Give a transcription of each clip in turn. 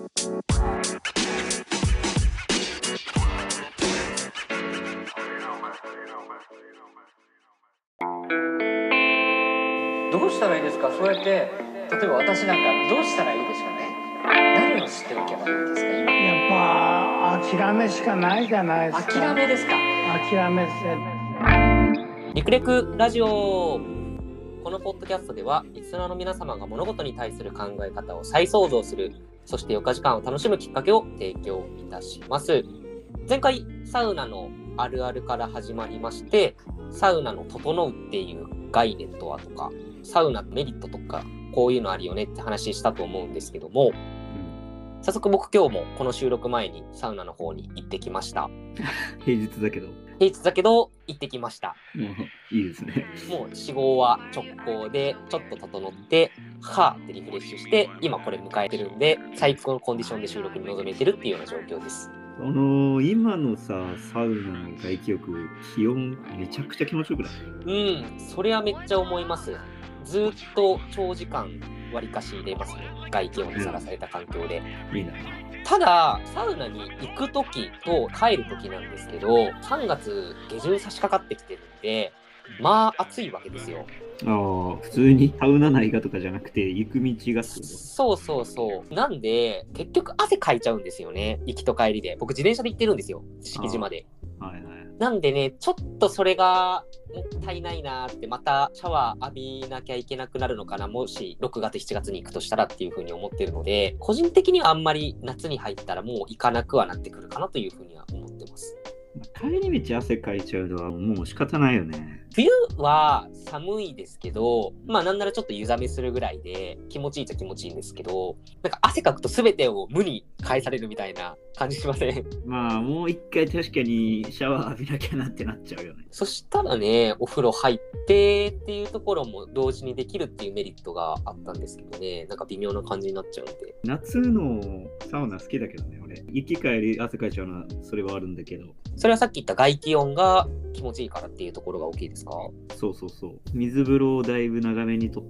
どうしたらいいですか？そうやって例えば私なんかどうしたらいいですかね。何を知っておけばいいんですか？今やっぱ諦めしかないじゃないですか。 諦めですか？ 諦めせ。 リクレクラジオ。このポッドキャストではリスナーの皆様が物事に対する考え方を再創造する、そして余暇時間を楽しむきっかけを提供いたします。前回サウナのあるあるから始まりまして、サウナの整うっていう概念とはとか、サウナのメリットとかこういうのあるよねって話したと思うんですけども、早速僕今日もこの収録前にサウナの方に行ってきました。 平日だけど行ってきました。 いいですね。 もう4号は直行でちょっと整ってはーってリフレッシュして、今これ迎えてるんで最高のコンディションで収録に臨めてるっていうような状況です。 今のさ、サウナの外気浴、気温めちゃくちゃ気持ちよくない？ それはめっちゃ思います。ずっと長時間割りかし入れますね、外気温にさらされた環境で。 いいな。 ただサウナに行く時と帰る時なんですけど、3月下旬差し掛かってきてるんで、まあ暑いわけですよ。 普通にサウナ内がとかじゃなくて行く道がってこと？ そうなんで結局汗かいちゃうんですよね、行きと帰りで。僕自転車で行ってるんですよ、敷地まで。なんでね、ちょっとそれがもったいないなって、またシャワー浴びなきゃいけなくなるのかな、もし6月7月に行くとしたらっていう風に思ってるので、個人的にはあんまり夏に入ったらもう行かなくはなってくるかなという風には思ってます。 帰り道汗かいちゃうのはもう仕方ないよね。 冬は寒いですけど、なんならちょっと湯冷めするぐらいで気持ちいいっちゃ気持ちいいんですけど、なんか汗かくと全てを無に返されるみたいな感じしません？ もう一回確かにシャワー浴びなきゃなってなっちゃうよね。 そしたらね、お風呂入ってっていうところも同時にできるっていうメリットがあったんですけどね、なんか微妙な感じになっちゃうんで。 夏のサウナ好きだけどね、俺。行き帰り汗かいちゃうのはそれはあるんだけど。 それはさっき言った外気温が気持ちいいからっていうところが大きいですか？ そう。水風呂をだいぶ長めにとって、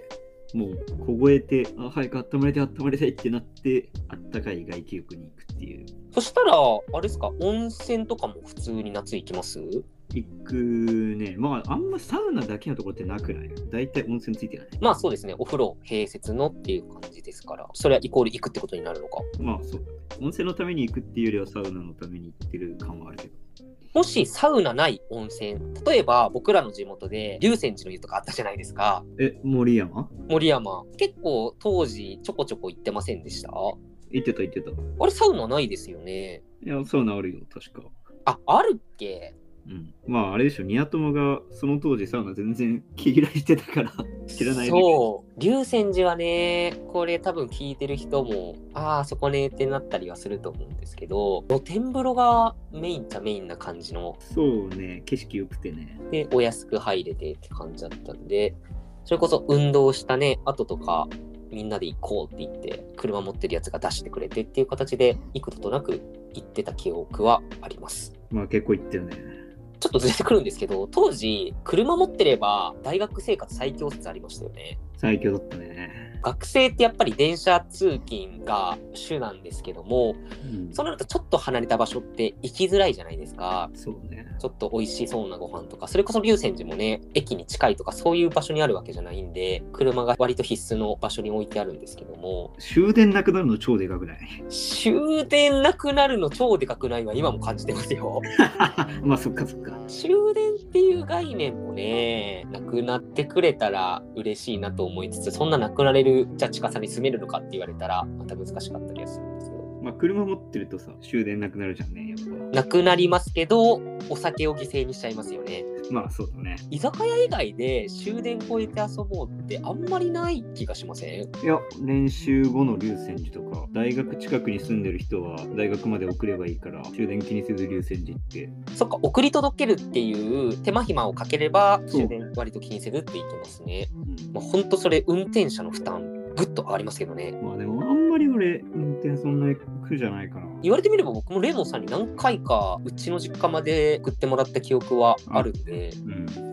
もう凍えて、早く温まりたいってなって、あったかい外気浴に行くっていう。 そしたら、あれですか、温泉とかも普通に夏行きます？ 行くね。あんまサウナだけのところってなくない？だいたい温泉ついてない。 そうですね、お風呂併設のっていう感じですから、それはイコール行くってことになるのか。 そうだね。温泉のために行くっていうよりはサウナのために行ってる感はあるけど。 もしサウナない温泉、例えば僕らの地元で竜泉寺の湯とかあったじゃないですか。 森山結構当時ちょこちょこ行ってませんでした？ 行ってた。 あれサウナないですよね。 いや、サウナあるよ、確か。 あるっけ？ あれでしょ、ニア友がその当時サウナ全然嫌いしてたから知らない。 そう竜泉寺はね、これ多分聞いてる人もそこねってなったりはすると思うんですけど、露天風呂がメインっちゃメインな感じの。 そうね、景色良くてね、 でお安く入れてって感じだったんで、それこそ運動したね後とかみんなで行こうって言って車持ってるやつが出してくれてっていう形で幾度となく行ってた記憶はあります。 結構行ったよね。 ちょっとずれてくるんですけど、当時車持ってれば大学生活最強説ありましたよね。 最強だったね。 学生ってやっぱり電車通勤が主なんですけども、そうなるとちょっと離れた場所って行きづらいじゃないですか。 そうね。 ちょっと美味しそうなご飯とか、それこそ竜泉寺もね、駅に近いとかそういう場所にあるわけじゃないんで、車が割と必須の場所に置いてあるんですけども、 終電なくなるの超でかくない？ 終電なくなるの超でかくないは今も感じてますよ。 そっか。 終電っていう概念もね、なくなってくれたら嬉しいなと思いつつ、そんななくなれるじゃあ近さに住めるのかって言われたらまた難しかったりはするんですけど。 車持ってるとさ、終電なくなるじゃんね、やっぱ。 なくなりますけど、お酒を犠牲にしちゃいますよね。 そうだね。 居酒屋以外で終電超えて遊ぼうってあんまりない気がしません？ いや、練習後の竜泉寺とか、大学近くに住んでる人は大学まで送ればいいから、終電気にせず竜泉寺って。 そっか、送り届けるっていう手間暇をかければ終電割と気にせずって言ってますね。ほんとそれ運転者の負担ぐっと上がりますけどね。 でもあんまり俺運転そんなに苦じゃないかな。 言われてみれば僕もレモンさんに何回かうちの実家まで送ってもらった記憶はあるんで、 あるね。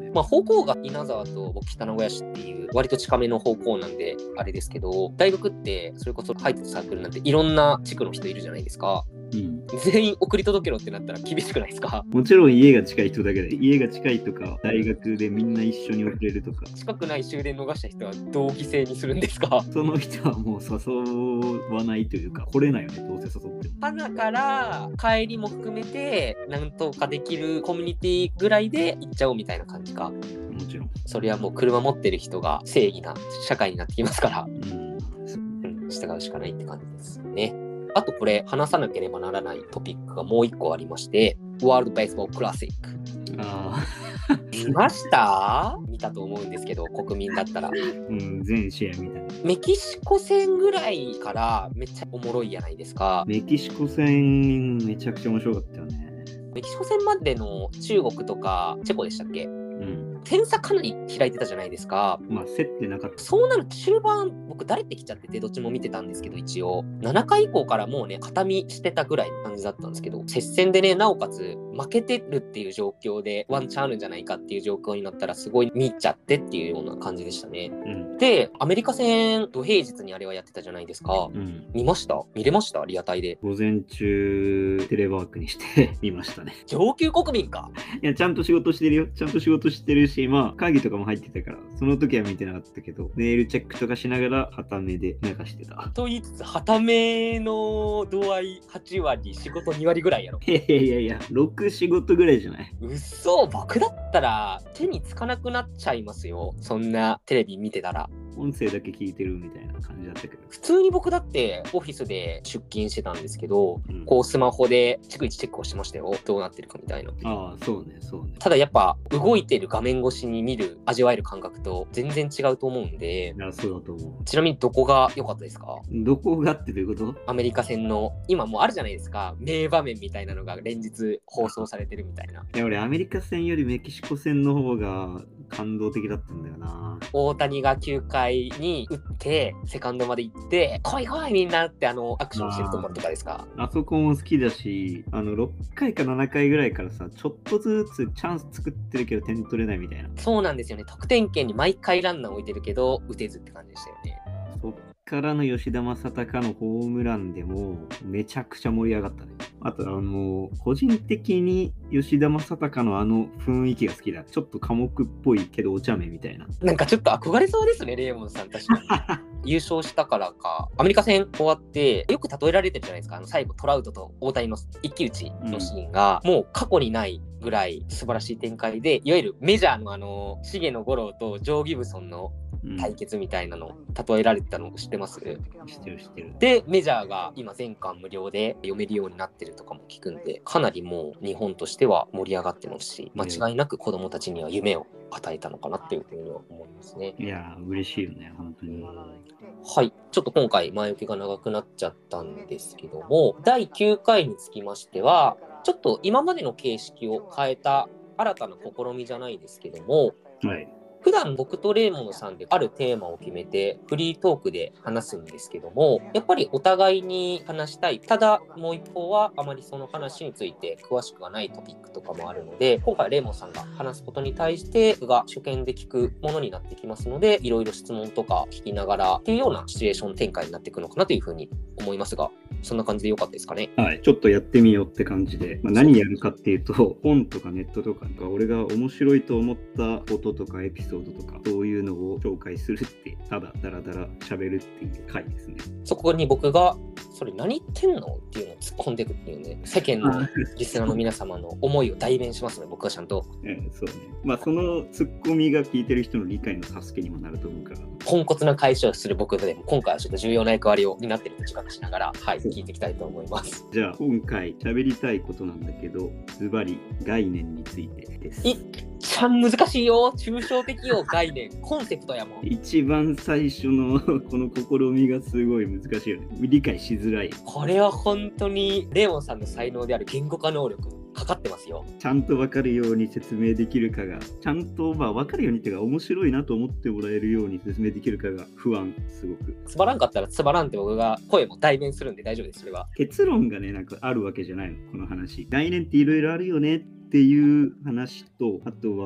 まあ方向が稲沢と僕北名古屋市っていう割と近めの方向なんであれですけど、大学ってそれこそ入ってたサークルなんていろんな地区の人いるじゃないですか。 うん、 全員送り届けろってなったら厳しくないですか？ もちろん家が近い人だけで、家が近いとか大学でみんな一緒に送れるとか、 近くない終電逃した人はどう犠牲にするんですか？ その人はもう誘わないというか来れないよね、どうせ誘っても。 花から帰りも含めてなんとかできるコミュニティぐらいで行っちゃおうみたいな感じか。 もちろん。 それはもう車持ってる人が正義な社会になってきますから、従うしかないって感じですね。あとこれ話さなければならないトピックがもう一個ありまして、ワールドベースボールクラシック。 あ見ました？見たと思うんですけど、国民だったら。 全試合みたいな。 メキシコ戦ぐらいからめっちゃおもろいじゃないですか。 メキシコ戦めちゃくちゃ面白かったよね。 メキシコ戦までの中国とかチェコでしたっけ？点差かなり開いてたじゃないですか。 まあ競ってなかった。 そうなると終盤僕だれてきちゃってて、どっちも見てたんですけど、一応7回以降からもうね肩身してたぐらいの感じだったんですけど、接戦でね、なおかつ負けてるっていう状況でワンチャンあるんじゃないかっていう状況になったらすごい見ちゃってっていうような感じでしたね。でアメリカ戦土平日にあれはやってたじゃないですか。見ました？見れました？リアタイで午前中テレワークにして見ましたね。 上級国民か。 いやちゃんと仕事してるよ。ちゃんと仕事してるし、まあ会議とかも入ってたからその時は見てなかったけど、メールチェックとかしながら旗目で流してたと言いつつ旗目の度合い8割仕事2割ぐらいやろ。 いや6仕事ぐらいじゃない？ 嘘、僕だったら手につかなくなっちゃいますよ、そんなテレビ見てたら。 音声だけ聞いてるみたいな感じだったけど、 普通に僕だってオフィスで出勤してたんですけど、こうスマホで逐一チェックをしてましたよ、どうなってるかみたいな。 ああそうね。 ただやっぱ動いてる画面越しに見る味わえる感覚と全然違うと思うんで。 いやそうだと思う。 ちなみにどこが良かったですか？ どこがってどういうこと？ アメリカ戦の今もうあるじゃないですか、名場面みたいなのが連日放送されてるみたいな。 いや俺アメリカ戦よりメキシコ戦の方が感動的だったんだよな。 大谷が9回に打ってセカンドまで行って来い来いみんなってアクションしてるところとかですか？ あそこも好きだし、6回か7回ぐらいからさ、ちょっとずつチャンス作ってるけど点取れないみたいな。 そうなんですよね。得点圏に毎回ランナー置いてるけど打てずって感じでしたよね。 そっからの吉田正尚のホームランでもめちゃくちゃ盛り上がったね。あと個人的に吉田正尚の雰囲気が好きだ。ちょっと寡黙っぽいけどお茶目みたいな。 なんかちょっと憧れそうですね、レーモンさん。確かに優勝したからか、アメリカ戦終わってよく例えられてるじゃないですか。最後トラウトと大谷の一騎打ちのシーンが、もう過去にないぐらい素晴らしい展開で、いわゆるメジャーの重野五郎とジョー・ギブソンの対決みたいなの例えられてたの知ってます？知ってる。 でメジャーが今全巻無料で読めるようになってるとかも聞くんで、かなりもう日本としては盛り上がってますし、間違いなく子供たちには夢を与えたのかなっていうふうには思いますね。 いや嬉しいよね本当に。 はい、ちょっと今回前置きが長くなっちゃったんですけども、第9回につきましてはちょっと今までの形式を変えた新たな試みじゃないですけども、 はい、 普段僕とレーモンさんであるテーマを決めてフリートークで話すんですけども、やっぱりお互いに話したい、ただもう一方はあまりその話について詳しくはないトピックとかもあるので、今回レーモンさんが話すことに対して僕が初見で聞くものになってきますので、いろいろ質問とか聞きながらっていうようなシチュエーション展開になっていくのかなというふうに思いますが、そんな感じでよかったですかね？ はい、ちょっとやってみようって感じで、何やるかっていうと、本とかネットとか俺が面白いと思ったこととかエピソードとかそういうのを紹介するって、ただダラダラ喋るっていう回ですね。 そこに僕がそれ何言ってんのっていうのを突っ込んでいくっていうね、世間のリスナーの皆様の思いを代弁しますね、僕はちゃんと。 そうね。まあそのツッコミが聞いてる人の理解の助けにもなると思うから。 ポンコツな解消をする僕でも今回はちょっと重要な役割を担っていると自覚しながら、はい、聞いていきたいと思います。 じゃあ今回喋りたいことなんだけど、ズバリ概念についてです。 いっちゃん難しいよ。抽象的よ、概念。コンセプトやもん。 一番最初のこの試みがすごい難しいよね。理解しづらい。 これは本当にレーモンさんの才能である言語化能力かかってますよ。 ちゃんと分かるように説明できるかが、ちゃんと分かるようにっていうか面白いなと思ってもらえるように説明できるかが不安、すごく。 つまらんかったらつまらんって僕が声も代弁するんで大丈夫です、それは。 結論がね、なんかあるわけじゃないの、この話。概念っていろいろあるよねっていう話と、あとは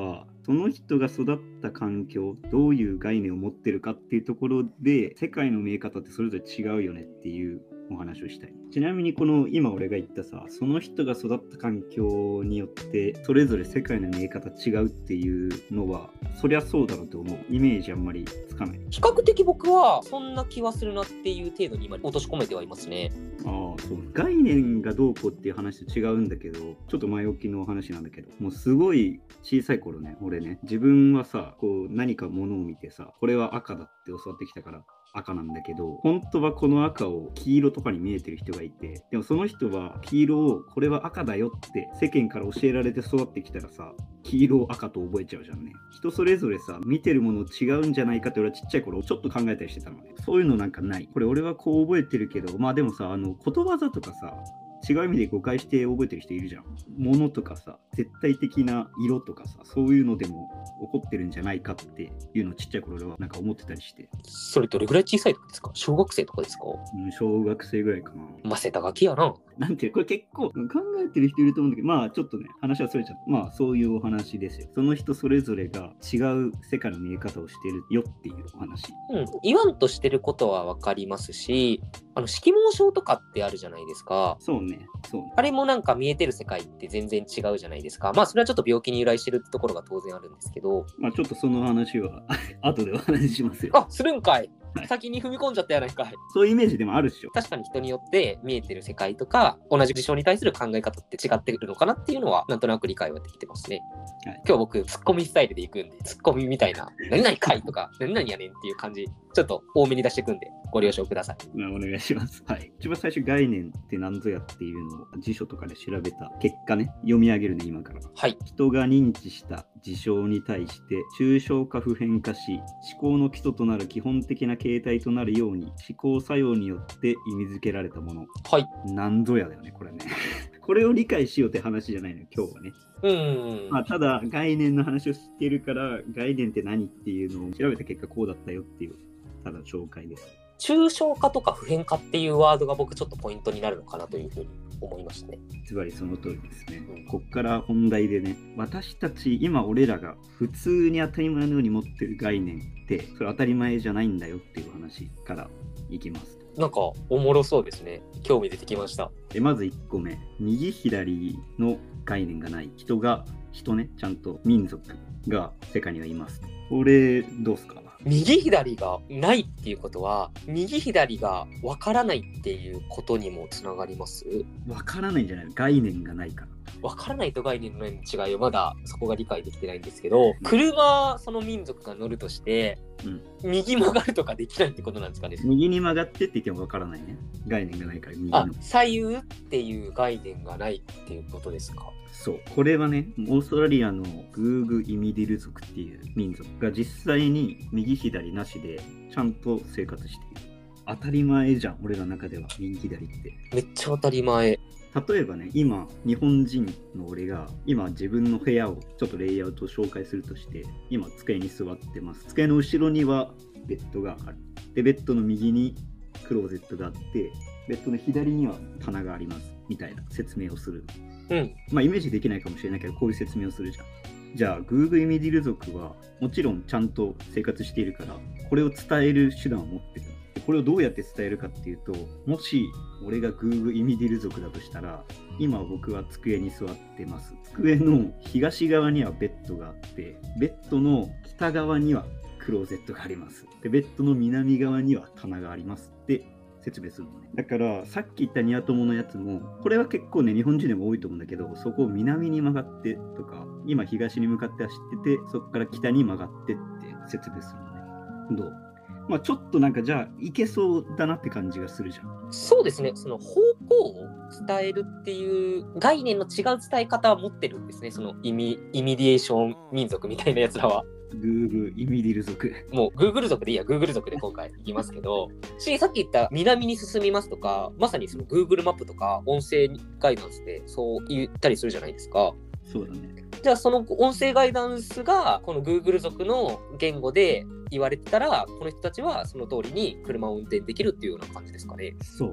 その人が育った環境、どういう概念を持ってるかっていうところで、世界の見え方ってそれぞれ違うよねっていうお話をしたい。ちなみにこの今俺が言ったさ、その人が育った環境によってそれぞれ世界の見え方違うっていうのは、そりゃそうだろうと思う。イメージあんまりつかない。 比較的僕はそんな気はするなっていう程度に今落とし込めてはいますね。 ああ、そう。概念がどうこうっていう話と違うんだけど、ちょっと前置きの話なんだけど、もうすごい小さい頃ね、俺ね、自分はさ、こう何か物を見てさ、これは赤だって教わってきたから赤なんだけど、本当はこの赤を黄色とかに見えてる人がいて、でもその人は黄色をこれは赤だよって世間から教えられて育ってきたらさ、黄色を赤と覚えちゃうじゃんね。人それぞれさ、見てるもの違うんじゃないかって俺はちっちゃい頃ちょっと考えたりしてたのね。そういうのなんかない。これ俺はこう覚えてるけど、まあでもさ、ことわざとかさ、違う意味で誤解して覚えてる人いるじゃん。物とかさ、絶対的な色とかさ、そういうのでも起こってるんじゃないかっていうのをちっちゃい頃俺はなんか思ってたりして。 それどれぐらい小さい時ですか？小学生とかですか？ 小学生ぐらいかな。 ませたがきやな。 なんていう、これ結構考えてる人いると思うんだけど、まあちょっとね、話はそれちゃった。まあそういうお話ですよ。その人それぞれが違う世界の見え方をしてるよっていうお話。 言わんとしてることは分かりますし、色盲症とかってあるじゃないですか。 そうね。そうね。 あれもなんか見えてる世界って全然違うじゃないですか。まあそれはちょっと病気に由来してるってところが当然あるんですけど。 まあちょっとその話は後でお話ししますよ。 あ、するんかい。 はい、 先に踏み込んじゃったやないかい。 そういうイメージでもあるっしょ。 確かに人によって見えてる世界とか同じ事象に対する考え方って違ってくるのかなっていうのはなんとなく理解はできてますね。はい、今日僕ツッコミスタイルでいくんで、ツッコミみたいな何々かいとか何々やねんっていう感じちょっと多めに出していくんでご了承ください。 お願いします。はい。一番最初概念って何ぞやっていうのを辞書とかで調べた結果ね、読み上げるね今から。 はい。 人が認知した事象に対して抽象化普遍化し、思考の基礎となる基本的な形態となるように思考作用によって意味付けられたもの。 はい。 何ぞやだよねこれね。これを理解しようって話じゃないのよ今日はね。まあ、ただ概念の話を知ってるから概念って何っていうのを調べた結果こうだったよっていうただ紹介です。 抽象化とか普遍化っていうワードが僕ちょっとポイントになるのかなというふうに思いましたね。 つまりその通りですね。こっから本題でね、私たち今俺らが普通に当たり前のように持ってる概念ってそれ当たり前じゃないんだよっていう話からいきます。 なんかおもろそうですね。興味出てきました。 まず1個目、右左の概念がない人ね、ちゃんと民族が世界にはいます。これどうすか？ 右左がないっていうことは右左がわからないっていうことにもつながります？ わからないんじゃない？概念がないから。 わからないと概念の違いをまだそこが理解できてないんですけど、車その民族が乗るとして、右曲がるとかできないってことなんですかね？ 右に曲がってって言ってもわからないね。概念がないから右の。 左右っていう概念がないっていうことですか？ そう、これはね、オーストラリアのグーグ・イミディル族っていう民族が実際に右左なしでちゃんと生活している。当たり前じゃん、俺らの中では右左って。 めっちゃ当たり前。 例えばね、今、日本人の俺が今自分の部屋をちょっとレイアウトを紹介するとして、今机に座ってます。机の後ろにはベッドがある。で、ベッドの右にクローゼットがあって、ベッドの左には棚があります。みたいな説明をする。まあイメージできないかもしれないけど、こういう説明をするじゃん。じゃあ、グーグ・イミディル族はもちろんちゃんと生活しているから、これを伝える手段を持ってる。これをどうやって伝えるかっていうと、もし俺がグーグ・イミディル族だとしたら、今僕は机に座ってます。机の東側にはベッドがあって、ベッドの北側にはクローゼットがあります。で、ベッドの南側には棚がありますって説明するのね。だからさっき言ったニワトモのやつも、これは結構ね日本人でも多いと思うんだけど、そこを南に曲がってとか、今東に向かって走ってて、そこから北に曲がってって説明するのね。どう？まあちょっとなんかじゃあいけそうだなって感じがするじゃん。 そうですね。その方向を伝えるっていう概念の違う伝え方は持ってるんですね。そのイミディエーション民族みたいなやつらは。 グーグイミディル族。 もう Google 族でいいや、Google 族で今回いきますけど、さっき言った南に進みますとか、まさにその Google マップとか音声ガイダンスでそう言ったりするじゃないですか。 そうだね。 じゃあその音声ガイダンスがこの Google 族の言語で言われてたら、この人たちはその通りに車を運転できるっていうような感じですかね。 そうなんです。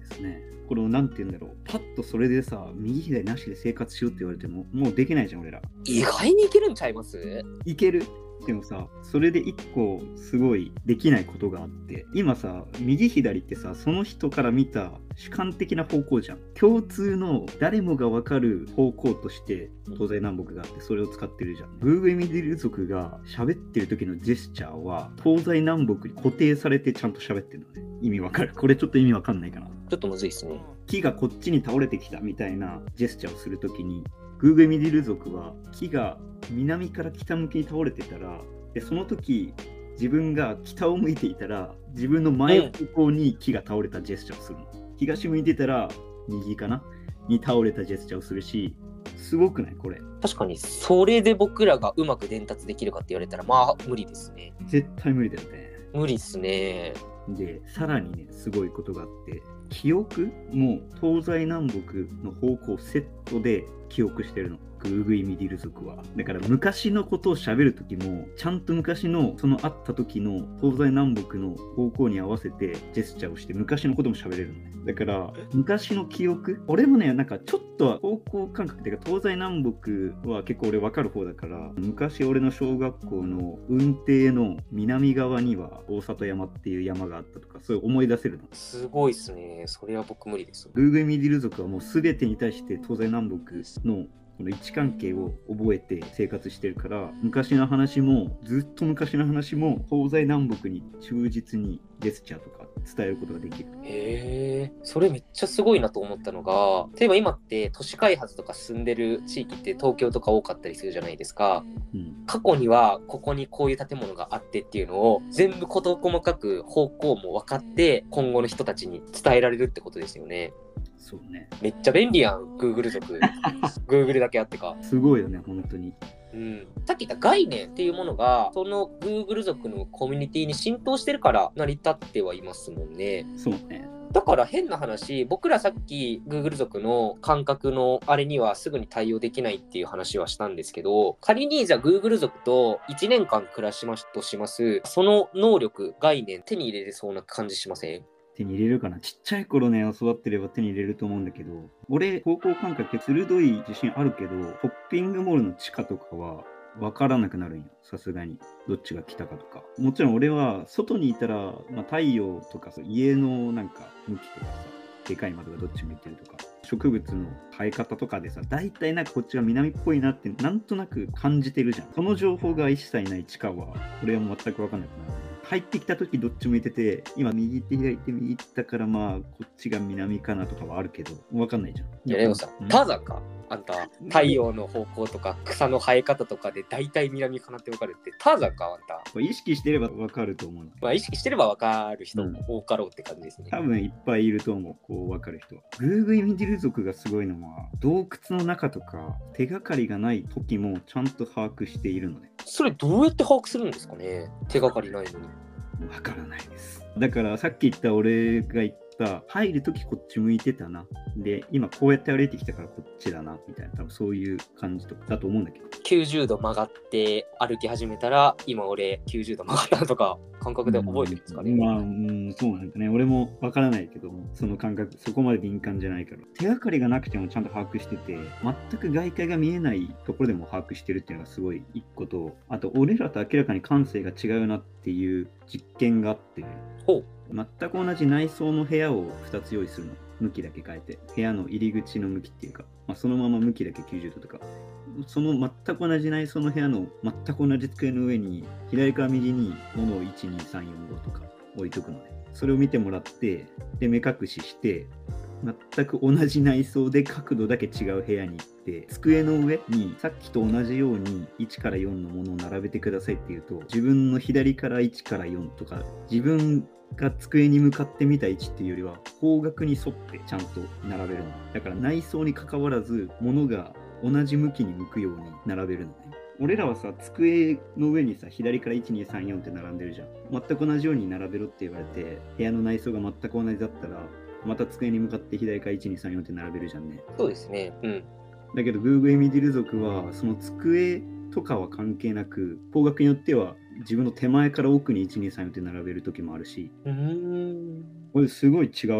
ですね。これをなんて言うんだろう、パッとそれでさ、右左なしで生活しようって言われても、もうできないじゃん、俺ら。 意外にいけるんちゃいます？ いける。でもさ、それで一個すごいできないことがあって、今さ、右左ってさ、その人から見た主観的な方向じゃん。共通の誰もが分かる方向として東西南北があって、それを使ってるじゃん。グーグルミディル族が喋ってる時のジェスチャーは東西南北に固定されてちゃんと喋ってるのね。意味わかる？これちょっと意味わかんないかな。 ちょっとむずいっすね。 木がこっちに倒れてきたみたいなジェスチャーをするときに、グーグルミディル族は木が南から北向きに倒れてたら、でその時自分が北を向いていたら、自分の前方向に木が倒れたジェスチャーをするの。東向いてたら右かなに倒れたジェスチャーをするし、すごくないこれ？ 確かにそれで僕らがうまく伝達できるかって言われたらまあ無理ですね。 絶対無理だよね。 無理っすね。 で、さらにね、すごいことがあって、記憶も東西南北の方向セットで記憶してるの。グーグイミディル族は。だから昔のことを喋るときも、ちゃんと昔のその会った時の東西南北の方向に合わせてジェスチャーをして昔のことも喋れるのね。だから昔の記憶、俺もね、なんかちょっとは方向感覚っていうか、東西南北は結構俺分かる方だから、昔俺の小学校の雲堤の南側には大里山っていう山があったとか、そういう思い出せるの。 すごいっすね。それは僕無理です。 グーグイミディル族はもう全てに対して東西南北のこの位置関係を覚えて生活してるから、昔の話もずっと昔の話も東西南北に忠実にジェスチャーとか伝えることができる。 へえ、それめっちゃすごいなと思ったのが、例えば今って都市開発とか進んでる地域って東京とか多かったりするじゃないですか。過去にはここにこういう建物があってっていうのを全部事細かく方向も分かって今後の人たちに伝えられるってことですよね。 そうね。 めっちゃ便利やん、Google 族。Google だけあってか。 すごいよね、本当に。 さっき言った概念っていうものがその Google 族のコミュニティに浸透してるから成り立ってはいますもんね。 そうね。 だから変な話、僕らさっき Google 族の感覚のあれにはすぐに対応できないっていう話はしたんですけど、仮にじゃあ Google 族と1年間暮らしますとします。その能力、概念、手に入れれそうな感じしません？ 手に入れるかな。ちっちゃい頃ね、育ってれば手に入れると思うんだけど、俺、方向感覚鋭い自信あるけど、ショッピングモールの地下とかは分からなくなるんよ。さすがに。どっちが来たかとか。もちろん俺は外にいたら、太陽とかさ、家のなんか向きとかさ、でかい窓がどっち向いてるとか、植物の生え方とかでさ、大体なんかこっちが南っぽいなってなんとなく感じてるじゃん。その情報が一切ない地下は、俺は全く分かんなくなる。入ってきた時どっち向いてて、今右手左手右手だからまあこっちが南かなとかはあるけど、分かんないじゃん。 いやでもさ、ただかあんた太陽の方向とか草の生え方とかで大体南かなって分かるってただかあんた。 意識してれば分かると思う。 まあ意識してれば分かる人も多かろうって感じですね。 多分いっぱいいると思う、こう分かる人は。グーグイミディル族がすごいのは、洞窟の中とか手がかりがない時もちゃんと把握しているのね。 それどうやって把握するんですかね？手がかりないのに。 わからないです。だからさっき言った俺が言った入るときこっち向いてたな。で、今こうやって歩いてきたからこっちだなみたいな、多分そういう感じとかだと思うんだけど。 90度曲がって歩き始めたら、今俺90度曲がったとか感覚で覚えてるんですかね？ まあ、そうなんだね。俺もわからないけども、その感覚、そこまで敏感じゃないから。手がかりがなくてもちゃんと把握してて、全く外界が見えないところでも把握してるっていうのがすごい一個と、あと俺らと明らかに感性が違うなっていう実験があって、全く同じ内装の部屋を2つ用意するの。向きだけ変えて。部屋の入り口の向きっていうか、そのまま向きだけ90度とか。その全く同じ内装の部屋の全く同じ机の上に、左から右に物を1、2、3、4、5とか置いとくので、それを見てもらって、で、目隠しして、全く同じ内装で角度だけ違う部屋に行って、机の上にさっきと同じように1から4のものを並べてくださいっていうと、自分の左から1から4とか、自分が机に向かって見た位置っていうよりは方角に沿ってちゃんと並べるの。だから内装に関わらず物が同じ向きに向くように並べるのね。俺らはさ、机の上にさ、左から1、2、3、4って並んでるじゃん。全く同じように並べろって言われて、部屋の内装が全く同じだったら、また机に向かって左から1、2、3、4って並べるじゃんね。 そうですね。 だけど、グーグエミディル族は、その机とかは関係なく、方角によっては自分の手前から奥に1、2、3、4って並べる時もあるし、これすごい違うよね。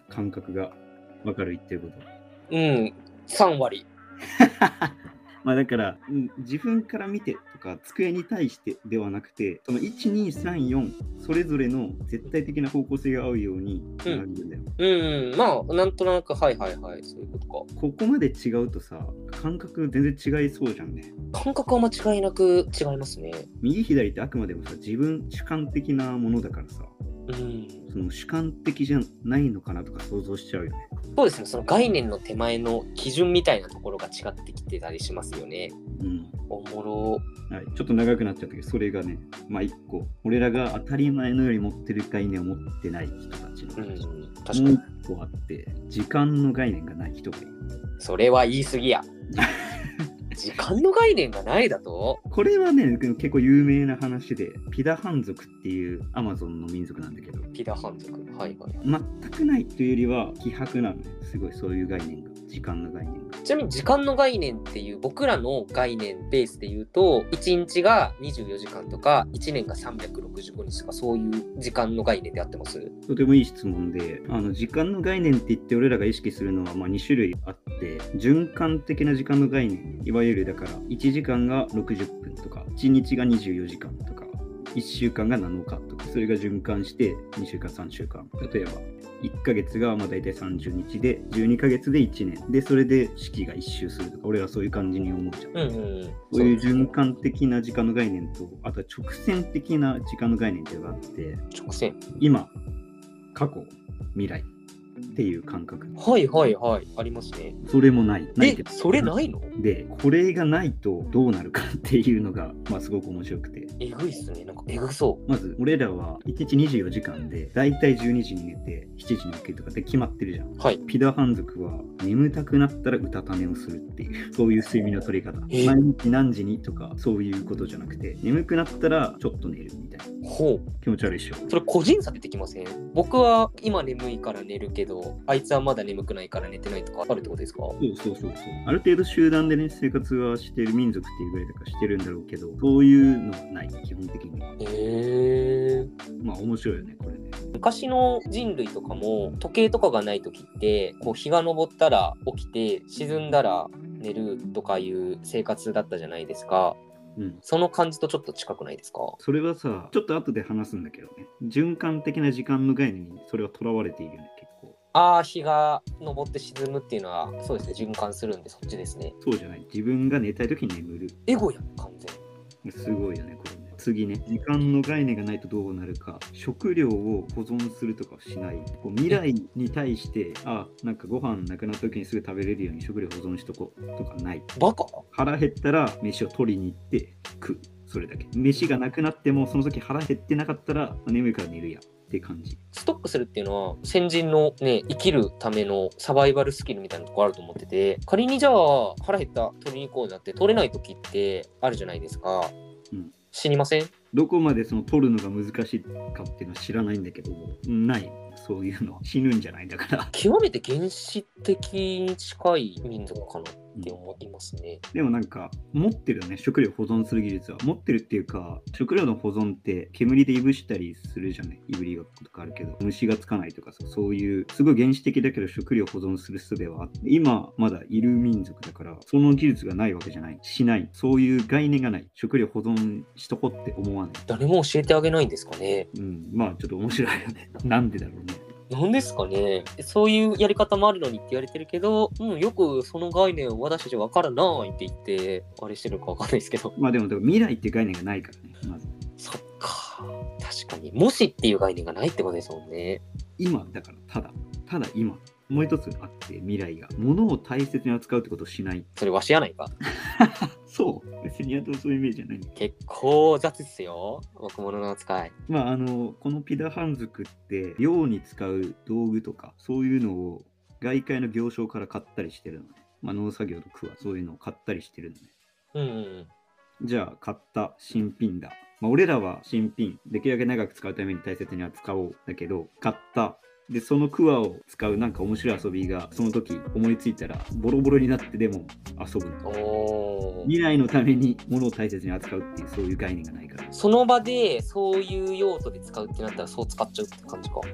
感覚がわかる言ってること。 うん、3割。 まあだから、自分から見てとか机に対してではなくて、その1、2、3、4それぞれの絶対的な方向性が合うようになるんだよ。 まあなんとなくはいはいはい、そういうことか。 ここまで違うとさ、感覚全然違いそうじゃんね。 感覚は間違いなく違いますね。 右左ってあくまでもさ、自分主観的なものだからさ、その主観的じゃないのかなとか想像しちゃうよね。 そうですね、その概念の手前の基準みたいなところが違ってきてたりしますよね。おもろ。 はい、ちょっと長くなっちゃったけど、それがね、まあ一個、俺らが当たり前のように持ってる概念を持ってない人たちの、 確かに。 もう一個あって、時間の概念がない人がいる。 それは言い過ぎや。時間の概念がないだと？ これはね、結構有名な話で、ピダハン族っていうアマゾンの民族なんだけど、 ピダハン族、はいはい。 全くないというよりは、希薄なのね、すごいそういう概念が、時間の概念が。 ちなみに時間の概念っていう、僕らの概念ベースで言うと、1日が24時間とか、1年が365日とか、そういう時間の概念であってます？ とてもいい質問で、時間の概念って言って俺らが意識するのはまあ2種類あって、循環的な時間の概念、いわゆるだから1時間が60分とか、1日が24時間とか、1週間が7日とか、それが循環して2週間、3週間。例えば、1ヶ月がまあ大体30日で、12ヶ月で1年。で、それで四季が1周するとか、俺はそういう感じに思うじゃん。そういう循環的な時間の概念と、あとは直線的な時間の概念っていうのがあって、 直線。 今、過去、未来っていう感覚。 はいはいはい、ありますね。 それもない。 それないの？ で、これがないとどうなるかっていうのが、まあすごく面白くて。 えぐいっすね。なんかえぐそう。 まず、俺らは1日24時間で、だいたい12時に寝て、7時に起きるとかで決まってるじゃん。 はい。 ピダハン族は、眠たくなったらうたた寝をするっていう、そういう睡眠の取り方。毎日何時にとか、そういうことじゃなくて、眠くなったらちょっと寝るみたいな。 ほう。 気持ち悪いっしょ。 それ個人差出てきません？僕は今眠いから寝るけど、あいつはまだ眠くないから寝てないとかあるってことですか？ そう。ある程度集団でね、生活はしてる民族っていうぐらいだからしてるんだろうけど、そういうのはない、基本的には。まあ面白いよね、これね。 昔の人類とかも時計とかがない時って、こう日が昇ったら起きて沈んだら寝るとかいう生活だったじゃないですか。その感じとちょっと近くないですか？ それはさ、ちょっと後で話すんだけどね、循環的な時間の概念にそれはとらわれているよね、結構。 日が昇って沈むっていうのは、そうですね、循環するんでそっちですね。 そうじゃない、自分が寝たい時に眠る。 エゴやん、完全に。すごいよね、これね。次ね、時間の概念がないとどうなるか。食料を保存するとかしない。こう未来に対して、なんかご飯なくなった時にすぐ食べれるように食料保存しとこうとかない。 バカ？ 腹減ったら飯を取りに行って食う。それだけ。飯がなくなってもその時腹減ってなかったら眠いから寝るやって感じ。 ストックするっていうのは先人のね、生きるためのサバイバルスキルみたいなとこあると思ってて、仮にじゃあ腹減った取りに行こうになって取れない時ってあるじゃないですか。死にません？ どこまでその取るのが難しいかっていうのは知らないんだけど、ない。そういうの死ぬんじゃないだから。 極めて原始的に近い民族かなって思いますね。 でもなんか持ってるよね、食料保存する技術は。持ってるっていうか、食料の保存って煙でいぶしたりするじゃない。いぶりがっことかあるけど、虫がつかないとかさ、そういうすごい原始的だけど食料保存する術はあって、今まだいる民族だから、その技術がないわけじゃない。しない。そういう概念がない。食料保存しとこって思わない。 誰も教えてあげないんですかね。 まあちょっと面白いよね。なんでだろうね。 なんですかね。そういうやり方もあるのにって言われてるけど、よくその概念を私たち分からないって言って、あれしてるか分かんないですけど。 まあでも未来っていう概念がないからね、まず。 そっか。確かに。もしっていう概念がないってことですもんね。 今、だからただ今。もう一つあって未来が。物を大切に扱うってことをしない。 それわしやないか。 そう。別にそういうイメージじゃない。 結構雑ですよ。僕物の扱い。 まあこのピダハン族って漁に使う道具とかそういうのを外界の行商から買ったりしてるのね。まあ農作業と区はそういうのを買ったりしてるのね。じゃあ買った新品だ。まあ俺らは新品できるだけ長く使うために大切に扱おうだけど、買った。で、そのクワを使うなんか面白い遊びがその時思いついたらボロボロになってでも遊ぶ。未来のために物を大切に扱うっていうそういう概念がないから。 その場でそういう用途で使うってなったらそう使っちゃうって感じか。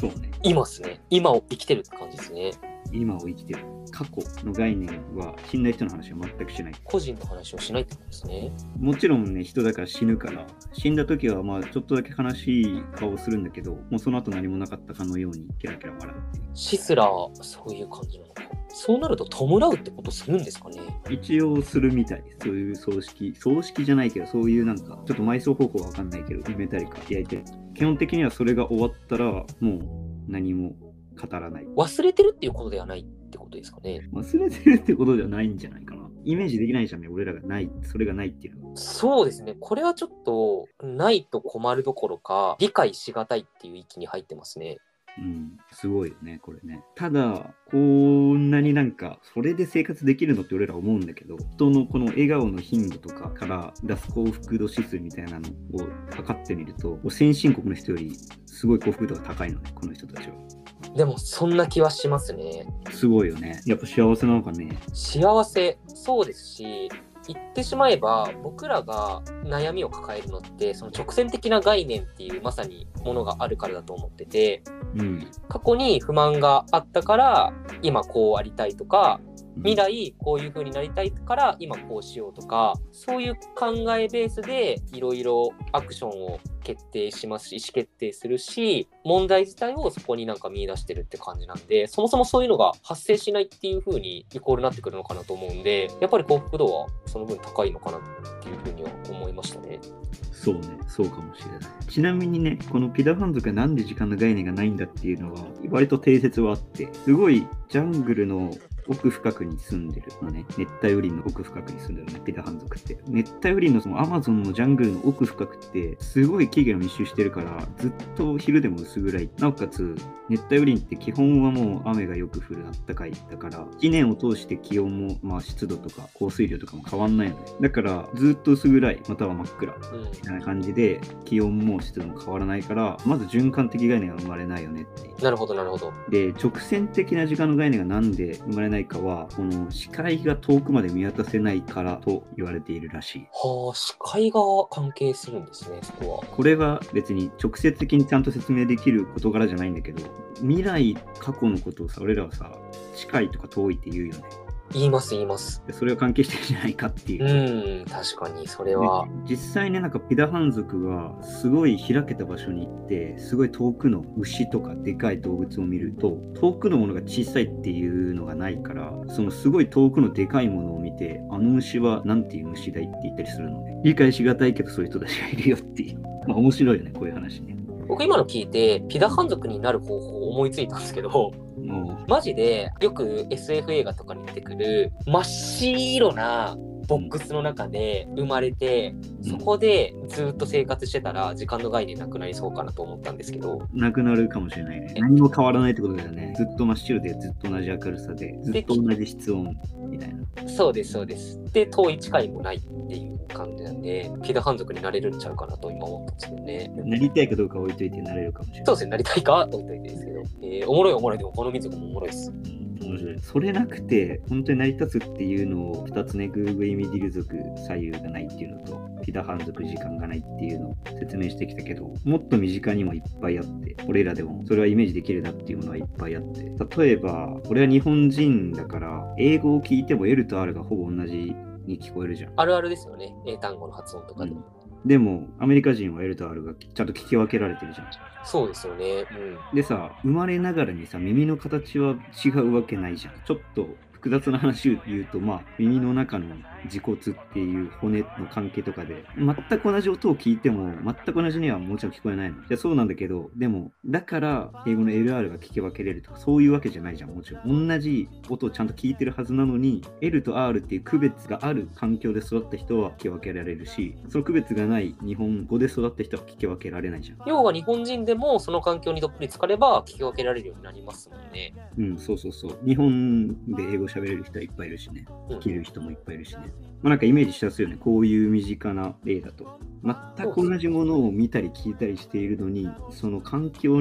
そうね。 いますね。今を生きてるって感じですね。 今を生きてる。過去の概念は死んだ人の話は全くしない。 個人の話をしないってことですね。 もちろんね、人だから死ぬから、死んだ時はまあちょっとだけ悲しい顔をするんだけど、もうその後何もなかったかのようにキラキラ笑って。 死すらそういう感じなのか。そうなると弔うってことするんですかね。 一応するみたいです。そういう葬式じゃないけど、そういうなんか、ちょっと埋葬方法はわかんないけど、埋めたりか焼いてる。基本的にはそれが終わったら、もう何も語らない。 忘れてるっていうことではないってことですかね。 忘れてるってことじゃないんじゃないかな。イメージできないじゃんね、俺らがない、それがないっていうのは。 そうですね。これはちょっとないと困るどころか、理解しがたいっていう域に入ってますね。 すごいよね、これね。ただ、こんなになんか、それで生活できるのって俺ら思うんだけど、人のこの笑顔の頻度とかから出す幸福度指数みたいなのを測ってみると、先進国の人よりすごい幸福度が高いのね、この人たちは。 でもそんな気はしますね。 すごいよね。やっぱ幸せなのかね。 幸せ、そうですし、言ってしまえば僕らが悩みを抱えるのってその直線的な概念っていうまさにものがあるからだと思ってて、過去に不満があったから今こうありたいとか、未来こういう風になりたいから今こうしようとか、そういう考えベースでいろいろアクションを決定しますし、意思決定するし、問題自体をそこになんか見出してるって感じなんで、そもそもそういうのが発生しないっていう風にイコールになってくるのかなと思うんで、やっぱり幸福度はその分高いのかなっていう風には思いましたね。 そうね、そうかもしれない。ちなみにね、このピダファン族がなんで時間の概念がないんだっていうのは割と定説はあって、すごいジャングルの奥深くに住んでるのね。熱帯雨林の奥深くに住んでるね、ピダハン族って。熱帯雨林のそのアマゾンのジャングルの奥深くって、すごい木々が密集してるから、ずっと昼でも薄暗い。なおかつ、熱帯雨林って基本はもう雨がよく降る、あったかい。だから、1年を通して気温も、まあ湿度とか降水量とかも変わんないのね。だから、ずっと薄暗い、または真っ暗。みたいな感じで、気温も湿度も変わらないから、まず循環的概念が生まれないよねっていう。 なるほど、なるほど。 で、直線的な時間の概念がなんで生まれないかは、この視界が遠くまで見渡せないからと言われているらしい。 はあ、視界が関係するんですね、そこは。 これは別に直接的にちゃんと説明できる事柄じゃないんだけど、未来、過去のことをさ、俺らはさ、近いとか遠いって言うよね。 言います言います。 それは関係してるんじゃないかっていう。 確かにそれは。 実際ね、なんかピダハン族はすごい開けた場所に行って、すごい遠くの牛とかでかい動物を見ると、遠くのものが小さいっていうのがないから、そのすごい遠くのでかいものを見て、あの虫はなんていう虫だいって言ったりするのね。理解しがたいけどそういう人たちがいるよっていう。まあ面白いよね、こういう話ね。 僕今の聞いてピダハン族になる方法を思いついたんですけど、マジでよく SF 映画とかに出てくる真っ白なボックスの中で生まれて、そこでずっと生活してたら時間の概念なくなりそうかなと思ったんですけど。 なくなるかもしれないね。何も変わらないってことだよね。ずっと真っ白でずっと同じ明るさでずっと同じ室温みたいな。 そうですそうです。で遠い近いもないっていう感じなんで、ピダハン族になれるんちゃうかなと今思ったんですけどね。 なりたいかどうか置いといてなれるかもしれない。 そうですね、なりたいかは置いといてですけど、おもろいおもろい。でもこの民族もおもろいです。 面白い。それなくて本当に成り立つっていうのを2つね、グーグイミディル族左右がないっていうのとピダハン族時間がないっていうのを説明してきたけど、もっと身近にもいっぱいあって、俺らでもそれはイメージできるなっていうものはいっぱいあって、例えば俺は日本人だから英語を聞いても L と R がほぼ同じに聞こえるじゃん。 あるあるですよね、英単語の発音とかで。 でもアメリカ人は L と R がちゃんと聞き分けられてるじゃん。 そうですよね。 でさ、生まれながらにさ、耳の形は違うわけないじゃん。ちょっと複雑な話を言うと、まあ耳の中の自骨っていう骨の関係とかで全く同じ音を聞いても全く同じにはもちろん聞こえないの。じゃあそうなんだけど、でもだから英語の LR が聞き分けれるとかそういうわけじゃないじゃん。もちろん同じ音をちゃんと聞いてるはずなのに L と R っていう区別がある環境で育った人は聞き分けられるし、その区別がない日本語で育った人は聞き分けられないじゃん。 要は日本人でもその環境にどっぷり浸かれば聞き分けられるようになりますもんね。 そうそうそう。日本で英語喋れる人はいっぱいいるしね。聞ける人もいっぱいいるしね。まあなんかイメージしやすいよね。こういう身近な例だと。全く同じものを見たり聞いたりしているのに、その環境によっ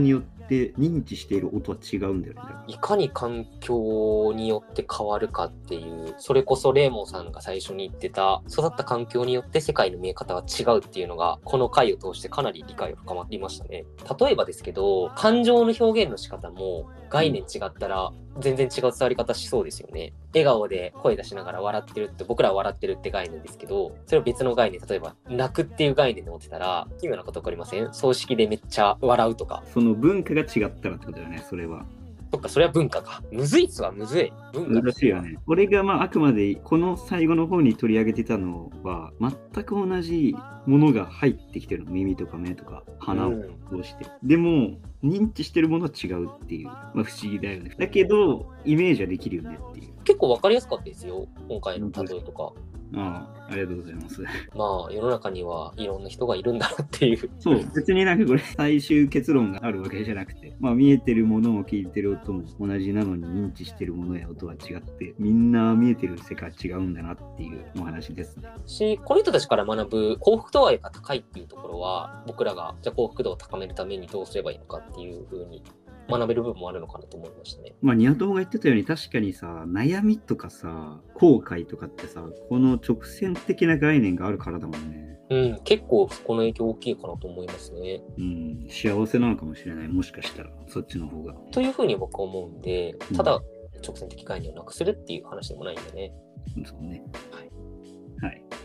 って認知している音は違うんだよね。 いかに環境によって変わるかっていう、それこそレーモンさんが最初に言ってた育った環境によって世界の見え方が違うっていうのがこの回を通してかなり理解が深まりましたね。例えばですけど、感情の表現の仕方も概念違ったら全然違う伝わり方しそうですよね。笑顔で声出しながら笑ってるって、僕らは笑ってるって概念ですけど、それを別の概念、例えば泣くっていう概念で持ってたら奇妙なこと起こりません？葬式でめっちゃ笑うとか。 その文化が違ったらってことだよね、それは。 そっか、それは文化か。むずいっすわ、むずい。文化難しいよね。俺があくまでこの最後の方に取り上げてたのは、全く同じものが入ってきてるの。耳とか目とか鼻を通して。でも、認知してるものは違うっていう。不思議だよね。だけど、イメージはできるよねっていう。 結構わかりやすかったですよ、今回の例えとか。 ありがとうございます。 世の中にはいろんな人がいるんだなっていう。 そう、別にこれ最終結論があるわけじゃなくて、見えてるものも聞いてる音も同じなのに認知してるものや音は違って、みんな見えてる世界は違うんだなっていうお話ですね。 この人たちから学ぶ幸福度合いが高いっていうところは、僕らがじゃあ幸福度を高めるためにどうすればいいのかっていう風に学べる部分もあるのかなと思いましたね。 ニワトモが言ってたように、確かにさ、悩みとかさ、後悔とかってさ、この直線的な概念があるからだもんね。 結構この影響大きいかなと思いますね。 幸せなのかもしれない。もしかしたら、そっちの方が。 という風に僕は思うんで、ただ直線的概念をなくするっていう話でもないんでね。 そうね。はい。